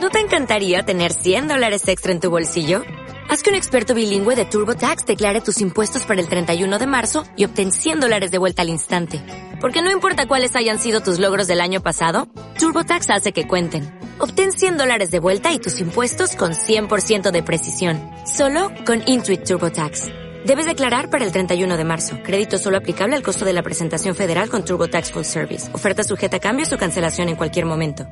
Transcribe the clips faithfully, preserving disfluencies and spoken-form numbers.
¿No te encantaría tener cien dólares extra en tu bolsillo? Haz que un experto bilingüe de TurboTax declare tus impuestos para el treinta y uno de marzo y obtén cien dólares de vuelta al instante. Porque no importa cuáles hayan sido tus logros del año pasado, TurboTax hace que cuenten. Obtén cien dólares de vuelta y tus impuestos con cien por ciento de precisión. Solo con Intuit TurboTax. Debes declarar para el treinta y uno de marzo. Crédito solo aplicable al costo de la presentación federal con TurboTax Full Service. Oferta sujeta a cambios o cancelación en cualquier momento.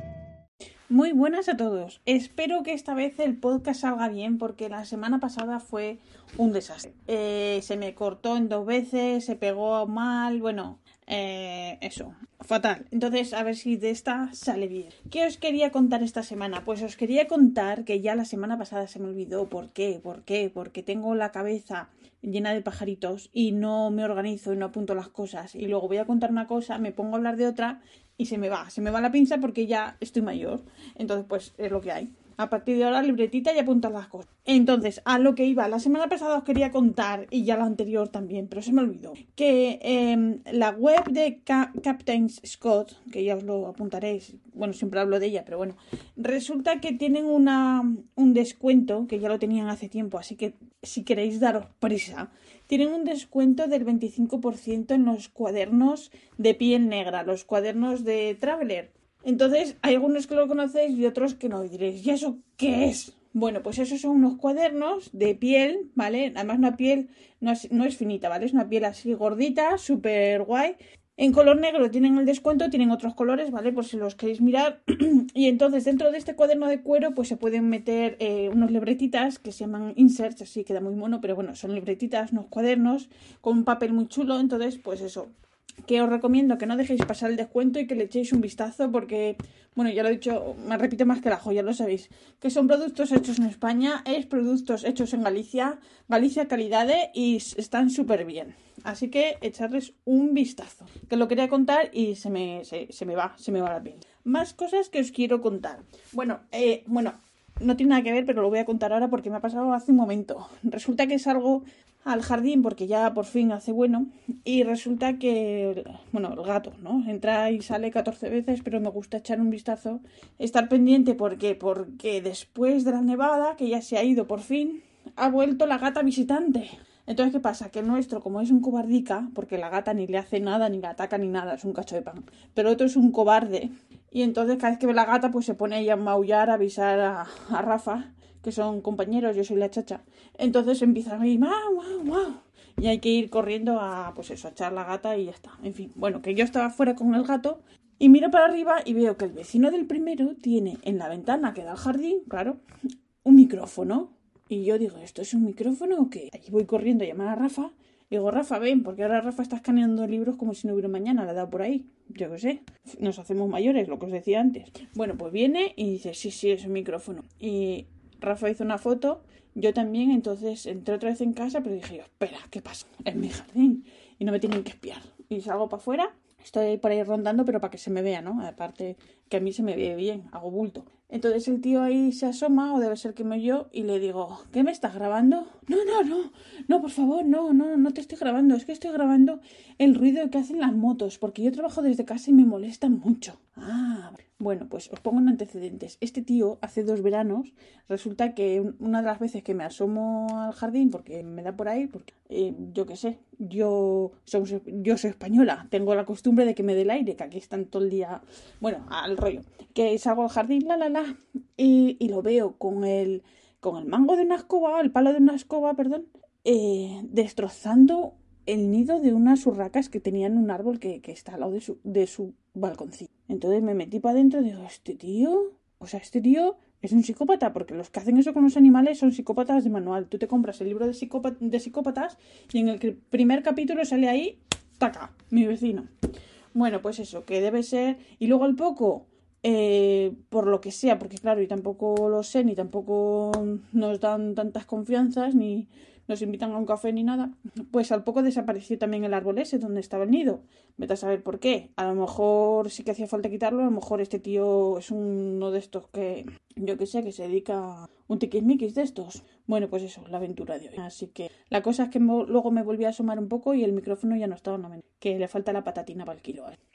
Muy buenas a todos. Espero que esta vez el podcast salga bien porque la semana pasada fue un desastre. Eh, se me cortó en dos veces, se pegó mal, bueno, eh, eso, fatal. Entonces, a ver si de esta sale bien. ¿Qué os quería contar esta semana? Pues os quería contar que ya la semana pasada se me olvidó. ¿Por qué? ¿Por qué? Porque tengo la cabeza llena de pajaritos y no me organizo y no apunto las cosas. Y luego voy a contar una cosa, me pongo a hablar de otra y se me va, se me va la pinza porque ya estoy mayor. Entonces, pues es lo que hay. A partir de ahora, libretita y apuntar las cosas. Entonces, a lo que iba. La semana pasada os quería contar, y ya la anterior también, pero se me olvidó, que eh, la web de Ca- Captain Scott, que ya os lo apuntaréis, bueno, siempre hablo de ella, pero bueno, resulta que tienen una, un descuento, que ya lo tenían hace tiempo, así que si queréis daros prisa, tienen un descuento del veinticinco por ciento en los cuadernos de piel negra, los cuadernos de Traveler. Entonces, hay algunos que lo conocéis y otros que no. Y diréis, ¿y eso qué es? Bueno, pues esos son unos cuadernos de piel, ¿vale? Además, una piel no es, no es finita, ¿vale? Es una piel así gordita, súper guay. En color negro tienen el descuento, tienen otros colores, ¿vale? Por si los queréis mirar. Y entonces, dentro de este cuaderno de cuero, pues se pueden meter eh, unos libretitas que se llaman inserts, así queda muy mono, pero bueno, son libretitas, unos cuadernos con un papel muy chulo. Entonces, pues eso, que os recomiendo que no dejéis pasar el descuento y que le echéis un vistazo porque, bueno, ya lo he dicho, me repite más que la joya, lo sabéis, que son productos hechos en España, es productos hechos en Galicia, Galicia calidades y están súper bien. Así que echarles un vistazo, que lo quería contar y se me, se, se me va, se me va la piel. Más cosas que os quiero contar. Bueno, eh, bueno, no tiene nada que ver, pero lo voy a contar ahora porque me ha pasado hace un momento. Resulta que salgo al jardín porque ya por fin hace bueno y resulta que, bueno, el gato, ¿no? Entra y sale catorce veces, pero me gusta echar un vistazo, estar pendiente porque, porque después de la nevada, que ya se ha ido por fin, ha vuelto la gata visitante. Entonces, ¿qué pasa? Que el nuestro, como es un cobardica, porque la gata ni le hace nada, ni la ataca, ni nada, es un cacho de pan, pero el otro es un cobarde, y entonces cada vez que ve la gata, pues se pone ahí a maullar, a avisar a, a Rafa, que son compañeros, yo soy la chacha. Entonces empiezan a ir, ¡guau, guau, guau! Y hay que ir corriendo a, pues eso, a echar la gata y ya está. En fin, bueno, que yo estaba fuera con el gato y miro para arriba y veo que el vecino del primero tiene en la ventana que da al jardín, claro, un micrófono. Y yo digo, ¿esto es un micrófono o qué? Allí voy corriendo a llamar a Rafa. Digo, Rafa, ven, porque ahora Rafa está escaneando libros como si no hubiera mañana, la ha dado por ahí. Yo qué sé, nos hacemos mayores, lo que os decía antes. Bueno, pues viene y dice, sí, sí, es un micrófono. Y Rafa hizo una foto, yo también, entonces entré otra vez en casa, pero dije yo, espera, ¿qué pasa? Es mi jardín y no me tienen que espiar. Y salgo para afuera, estoy por ahí rondando, pero para que se me vea, ¿no? Aparte que a mí se me ve bien, hago bulto. Entonces el tío ahí se asoma, o debe ser que me oyó, y le digo, ¿qué me estás grabando? No, no, no, no, por favor, no, no, no te estoy grabando, es que estoy grabando el ruido que hacen las motos, porque yo trabajo desde casa y me molestan mucho. Ah, bueno, pues os pongo en antecedentes. Este tío, hace dos veranos, resulta que una de las veces que me asomo al jardín, porque me da por ahí, porque eh, yo qué sé, yo, somos, yo soy española, tengo la costumbre de que me dé el aire, que aquí están todo el día, bueno, al rollo, que salgo al jardín, la, la, la, y, y lo veo con el, con el mango de una escoba, el palo de una escoba, perdón, eh, destrozando el nido de unas urracas que tenía en un árbol que, que está al lado de su, de su balconcillo. Entonces me metí para adentro y digo, este tío, o sea, este tío es un psicópata, porque los que hacen eso con los animales son psicópatas de manual. Tú te compras el libro de, psicópata, de psicópatas y en el primer capítulo sale ahí, taca, mi vecino. Bueno, pues eso, que debe ser. Y luego al poco, eh, por lo que sea, porque claro, yo tampoco lo sé, ni tampoco nos dan tantas confianzas, ni nos invitan a un café ni nada, pues al poco desapareció también el árbol ese donde estaba el nido. Vete a saber por qué. A lo mejor sí que hacía falta quitarlo, a lo mejor este tío es uno de estos que, yo que sé, que se dedica a un tiquismiquis de estos. Bueno, pues eso, la aventura de hoy. Así que la cosa es que mo- luego me volví a asomar un poco y el micrófono ya no estaba en la mente, que le falta la patatina para el kilo. ¿eh?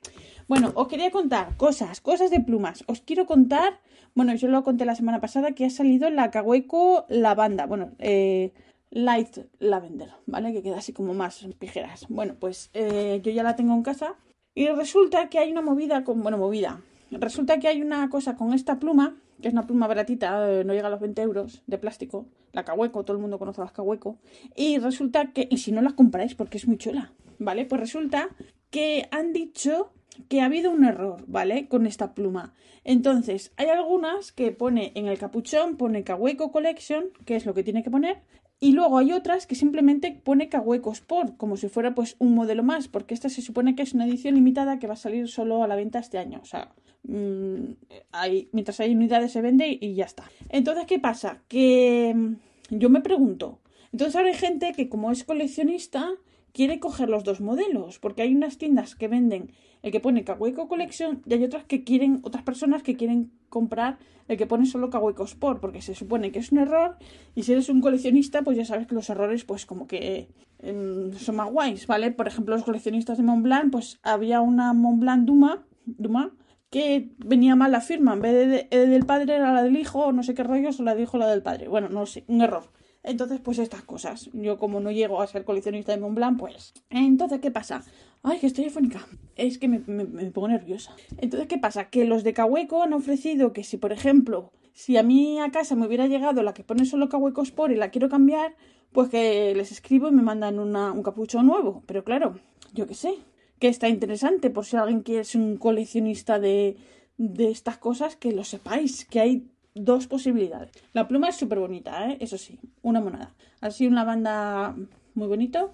Bueno, os quería contar cosas, cosas de plumas. Os quiero contar, bueno, yo lo conté la semana pasada que ha salido la Kaweco Lavanda, bueno, eh, Light Lavender, ¿vale? Que queda así como más pijeras. Bueno, pues eh, yo ya la tengo en casa y resulta que hay una movida con, bueno, movida. Resulta que hay una cosa con esta pluma, que es una pluma baratita, eh, no llega a los veinte euros, de plástico, la Kaweco, todo el mundo conoce las Kaweco, y resulta que, y si no las compráis porque es muy chula, ¿vale? Pues resulta que han dicho que ha habido un error, ¿vale? Con esta pluma. Entonces, hay algunas que pone en el capuchón, pone Kaweco Collection, que es lo que tiene que poner, y luego hay otras que simplemente pone Kaweco Sport, como si fuera pues un modelo más, porque esta se supone que es una edición limitada que va a salir solo a la venta este año. O sea, mmm, hay, mientras hay unidades se vende y, y ya está. Entonces, ¿qué pasa? Que yo me pregunto, entonces ahora hay gente que como es coleccionista quiere coger los dos modelos, porque hay unas tiendas que venden el que pone Kaweco Collection y hay otras que quieren, otras personas que quieren comprar el que pone solo Kaweco Sport, porque se supone que es un error y si eres un coleccionista pues ya sabes que los errores pues como que eh, son más guays, ¿vale? Por ejemplo, los coleccionistas de Montblanc, pues había una Montblanc Duma, Duma que venía mal la firma, en vez de, de, del padre era la del hijo, o no sé qué rollos, o la del hijo o la del padre, bueno, no sé, un error. Entonces, pues estas cosas. Yo como no llego a ser coleccionista de Montblanc, pues... Entonces, ¿qué pasa? Ay, que estoy afónica. Es que me, me, me pongo nerviosa. Entonces, ¿qué pasa? Que los de Kaweco han ofrecido que si, por ejemplo, si a mí a casa me hubiera llegado la que pone solo Kaweco Sport y la quiero cambiar, pues que les escribo y me mandan una, un capuchón nuevo. Pero claro, yo qué sé, que está interesante por si alguien quiere ser un coleccionista de, de estas cosas, que lo sepáis, que hay dos posibilidades. La pluma es súper bonita, ¿eh? Eso sí, una monada. Así una banda muy bonito.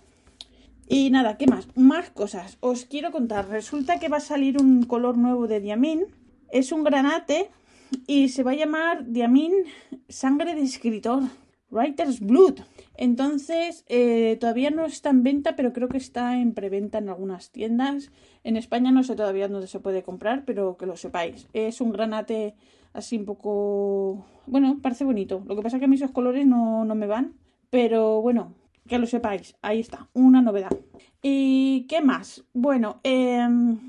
Y nada, ¿qué más? Más cosas. Os quiero contar. Resulta que va a salir un color nuevo de Diamine. Es un granate y se va a llamar Diamine Sangre de Escritor. Writer's Blood. Entonces, eh, todavía no está en venta, pero creo que está en preventa en algunas tiendas. En España no sé todavía dónde se puede comprar, pero que lo sepáis. Es un granate así un poco... Bueno, parece bonito. Lo que pasa es que a mí esos colores no, no me van. Pero bueno, que lo sepáis. Ahí está, una novedad. ¿Y qué más? Bueno, eh,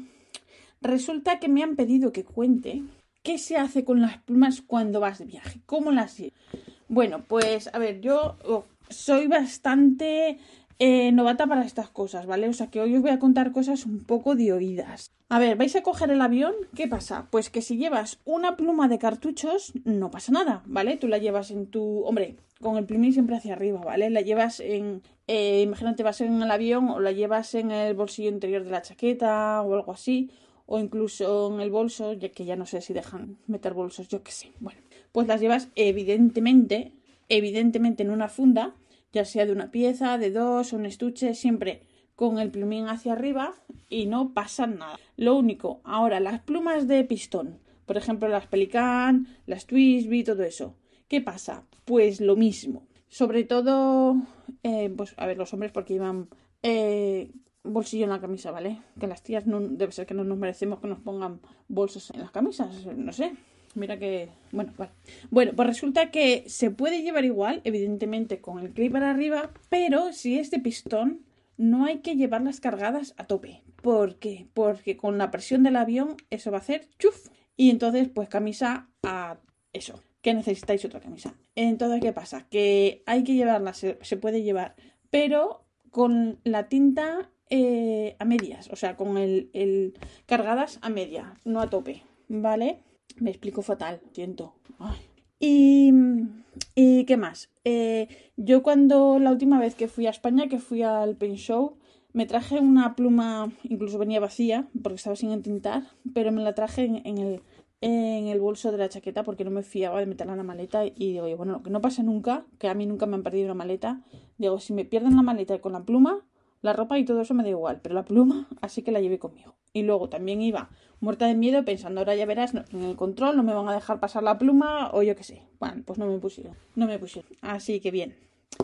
resulta que me han pedido que cuente qué se hace con las plumas cuando vas de viaje. ¿Cómo las llevas? Bueno, pues a ver, yo oh, soy bastante eh, novata para estas cosas, ¿vale? O sea que hoy os voy a contar cosas un poco de oídas. A ver, ¿vais a coger el avión? ¿Qué pasa? Pues que si llevas una pluma de cartuchos, no pasa nada, ¿vale? Tú la llevas en tu... Hombre, con el plumín siempre hacia arriba, ¿vale? La llevas en... Eh, imagínate, vas en el avión o la llevas en el bolsillo interior de la chaqueta o algo así. O incluso en el bolso, ya que ya no sé si dejan meter bolsos, yo qué sé. Bueno, pues las llevas evidentemente, evidentemente en una funda, ya sea de una pieza, de dos, un estuche, siempre con el plumín hacia arriba y no pasa nada. Lo único, ahora las plumas de pistón, por ejemplo las Pelican, las Twisby, todo eso. ¿Qué pasa? Pues lo mismo. Sobre todo, eh, pues a ver, los hombres porque llevan eh, bolsillo en la camisa, ¿vale? Que las tías no, debe ser que no nos merecemos que nos pongan bolsos en las camisas, no sé. Mira que... Bueno, vale. Bueno, pues resulta que se puede llevar igual, evidentemente con el clip para arriba, pero si es de pistón, no hay que llevarlas cargadas a tope. ¿Por qué? Porque con la presión del avión eso va a hacer chuf. Y entonces, pues camisa a eso. Que necesitáis otra camisa. Entonces, ¿qué pasa? Que hay que llevarla, se, se puede llevar, pero con la tinta eh, a medias. O sea, con el, el cargadas a media, no a tope, ¿vale? Me explico fatal, siento. Ay. Y, ¿Y qué más? Eh, yo cuando la última vez que fui a España, que fui al Paint Show, me traje una pluma, incluso venía vacía, porque estaba sin entintar, pero me la traje en, en, el, en el bolso de la chaqueta porque no me fiaba de meterla en la maleta. Y digo, bueno, lo que no pasa nunca, que a mí nunca me han perdido una maleta, digo, si me pierden la maleta con la pluma, la ropa y todo eso me da igual, pero la pluma, así que la llevé conmigo. Y luego también iba muerta de miedo pensando, ahora ya verás, no, en el control no me van a dejar pasar la pluma o yo qué sé. Bueno, pues no me pusieron, no me pusieron. Así que bien.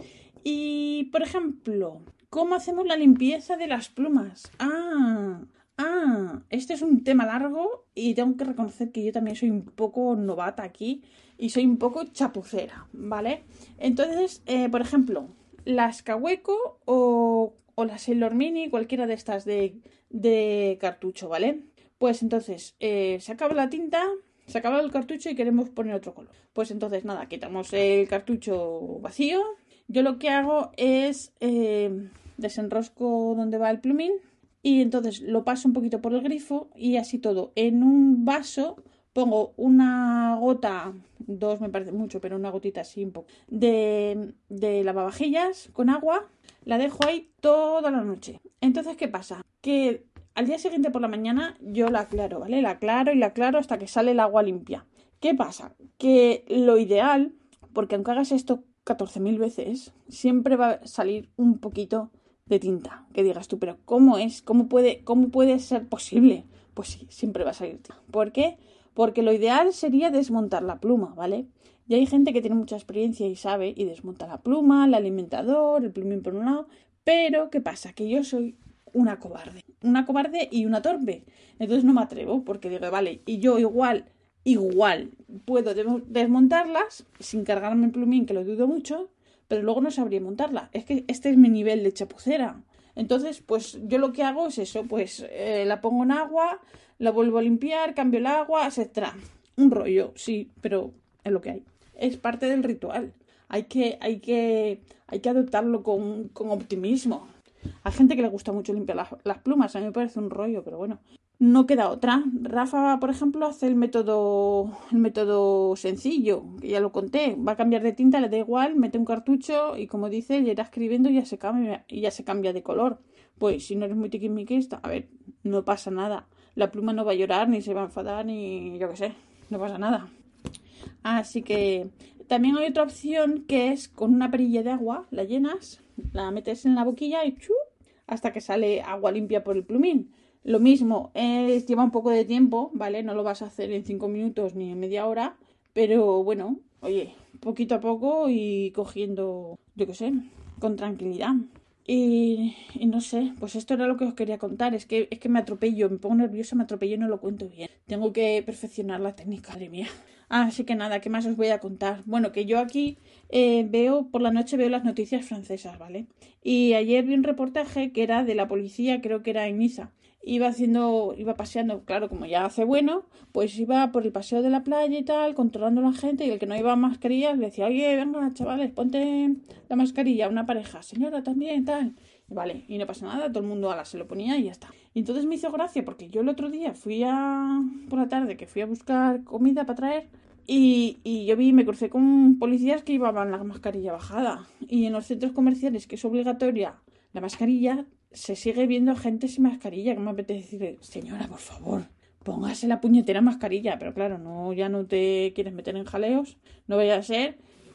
Y, por ejemplo, ¿cómo hacemos la limpieza de las plumas? Ah, ah, este es un tema largo y tengo que reconocer que yo también soy un poco novata aquí y soy un poco chapucera, ¿vale? Entonces, eh, por ejemplo, las Kaweco o... o la Sailor Mini, cualquiera de estas de, de cartucho, ¿vale? Pues entonces, eh, se acaba la tinta, se acaba el cartucho y queremos poner otro color. Pues entonces, nada, quitamos el cartucho vacío. Yo lo que hago es eh, desenrosco donde va el plumín y entonces lo paso un poquito por el grifo y así todo. En un vaso pongo una gota, dos me parece mucho, pero una gotita así un poco, de, de lavavajillas con agua. La dejo ahí toda la noche. Entonces, ¿qué pasa? Que al día siguiente por la mañana yo la aclaro, ¿vale? La aclaro y la aclaro hasta que sale el agua limpia. ¿Qué pasa? Que lo ideal, porque aunque hagas esto catorce mil veces, siempre va a salir un poquito de tinta. Que digas tú, pero ¿cómo es? ¿Cómo puede, cómo puede ser posible? Pues sí, siempre va a salir tinta. ¿Por qué? Porque lo ideal sería desmontar la pluma, ¿vale? Y hay gente que tiene mucha experiencia y sabe y desmonta la pluma, el alimentador, el plumín por un lado. Pero, ¿qué pasa? Que yo soy una cobarde. Una cobarde y una torpe. Entonces no me atrevo porque digo, vale, y yo igual, igual puedo desmontarlas sin cargarme el plumín, que lo dudo mucho, pero luego no sabría montarla. Es que este es mi nivel de chapucera. Entonces, pues yo lo que hago es eso, pues eh, la pongo en agua, la vuelvo a limpiar, cambio el agua, etcétera. Un rollo, sí, pero es lo que hay. Es parte del ritual. Hay que, hay que, hay que adoptarlo con, con optimismo. Hay gente que le gusta mucho limpiar las, las plumas, a mí me parece un rollo, pero bueno, no queda otra. Rafa, por ejemplo, hace el método, el método sencillo, que ya lo conté, va a cambiar de tinta, le da igual, mete un cartucho y como dice, ya irá escribiendo y ya se cambia, y ya se cambia de color. Pues si no eres muy tiquismiquista, a ver, no pasa nada. La pluma no va a llorar, ni se va a enfadar, ni yo qué sé, no pasa nada. Así que también hay otra opción que es con una perilla de agua, la llenas, la metes en la boquilla y ¡chu! Hasta que sale agua limpia por el plumín. Lo mismo, es, lleva un poco de tiempo, ¿vale? No lo vas a hacer en cinco minutos ni en media hora, pero bueno, oye, poquito a poco y cogiendo, yo qué sé, con tranquilidad. Y, y no sé, pues esto era lo que os quería contar. Es que, es que me atropello, me pongo nerviosa, me atropello y no lo cuento bien. Tengo que perfeccionar la técnica, madre mía. Así que nada, ¿qué más os voy a contar? Bueno, que yo aquí eh, veo, por la noche veo las noticias francesas, ¿vale? Y ayer vi un reportaje que era de la policía, creo que era en Niza. Iba haciendo, iba paseando, claro, como ya hace bueno, pues iba por el paseo de la playa y tal, controlando a la gente, y el que no iba mascarillas le decía, oye, venga, chavales, ponte la mascarilla, una pareja, señora, también, tal. Y vale, y no pasa nada, todo el mundo ala, se lo ponía y ya está. Y entonces me hizo gracia, porque yo el otro día fui a, por la tarde, que fui a buscar comida para traer, y, y yo vi, me crucé con policías que llevaban la mascarilla bajada. Y en los centros comerciales, que es obligatoria la mascarilla, se sigue viendo gente sin mascarilla, que me apetece decirle, señora, por favor, póngase la puñetera mascarilla. Pero claro, no, ya no te quieres meter en jaleos, no vaya a ser,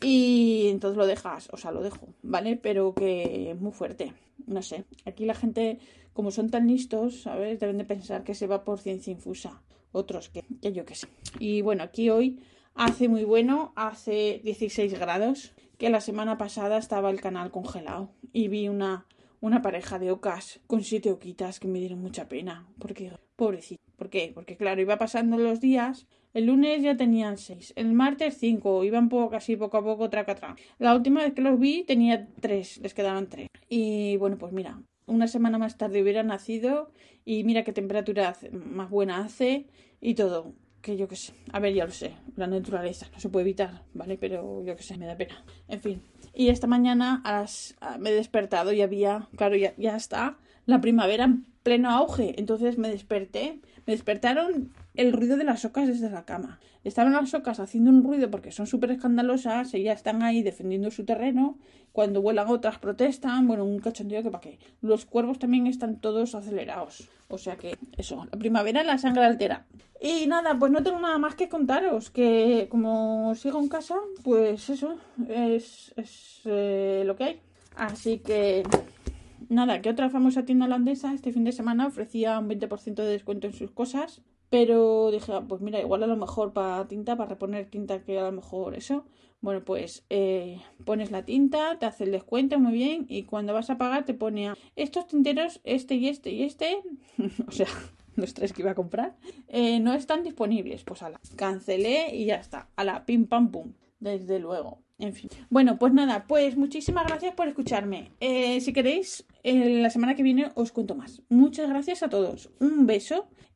y entonces lo dejas, o sea, lo dejo, ¿vale? Pero que es muy fuerte, no sé, aquí la gente, como son tan listos, ¿sabes? Deben de pensar que se va por ciencia infusa, otros que, que yo qué sé. Y bueno, aquí hoy hace muy bueno, hace dieciséis grados, que la semana pasada estaba el canal congelado y vi una... una pareja de ocas con siete oquitas que me dieron mucha pena. Porque, pobrecito. ¿Por qué? Porque claro, iba pasando los días. El lunes ya tenían seis. El martes cinco. Iban poco, así poco a poco, traca, traca. La última vez que los vi tenía tres. Les quedaban tres. Y bueno, pues mira, una semana más tarde hubiera nacido. Y mira qué temperatura hace, más buena hace. Y todo. Que yo qué sé. A ver, ya lo sé. La naturaleza no se puede evitar, ¿vale? Pero yo qué sé, me da pena. En fin. Y esta mañana a las, a, me he despertado y había, claro, ya, ya está la primavera en pleno auge. Entonces me desperté, me despertaron el ruido de las ocas desde la cama. Estaban las ocas haciendo un ruido porque son súper escandalosas, ellas están ahí defendiendo su terreno. Cuando vuelan otras protestan, bueno, un cachondeo que para qué. Los cuervos también están todos acelerados. O sea que eso, la primavera la sangre altera. Y nada, pues no tengo nada más que contaros, que como sigo en casa, pues eso, es, es eh, lo que hay. Así que nada, que otra famosa tienda holandesa este fin de semana ofrecía un veinte por ciento de descuento en sus cosas, pero dije, pues mira, igual a lo mejor para tinta, para reponer tinta, que a lo mejor eso. Bueno, pues eh, pones la tinta, te hace el descuento muy bien y cuando vas a pagar te pone a estos tinteros, este y este y este, o sea, los tres que iba a comprar, eh, no están disponibles. Pues ala, cancelé y ya está, ala, pim pam pum, desde luego. En fin, bueno, pues nada, pues muchísimas gracias por escucharme. Eh, si queréis, eh, la semana que viene os cuento más. Muchas gracias a todos, un beso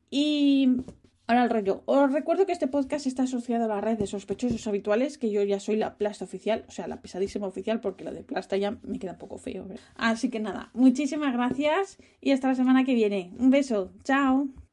Y ahora el rollo. Os recuerdo que este podcast está asociado a la red de sospechosos habituales, que yo ya soy la plasta oficial, o sea, la pesadísima oficial, porque lo de plasta ya me queda un poco feo. ¿verdad? Así que nada, muchísimas gracias y hasta la semana que viene. Un beso, chao.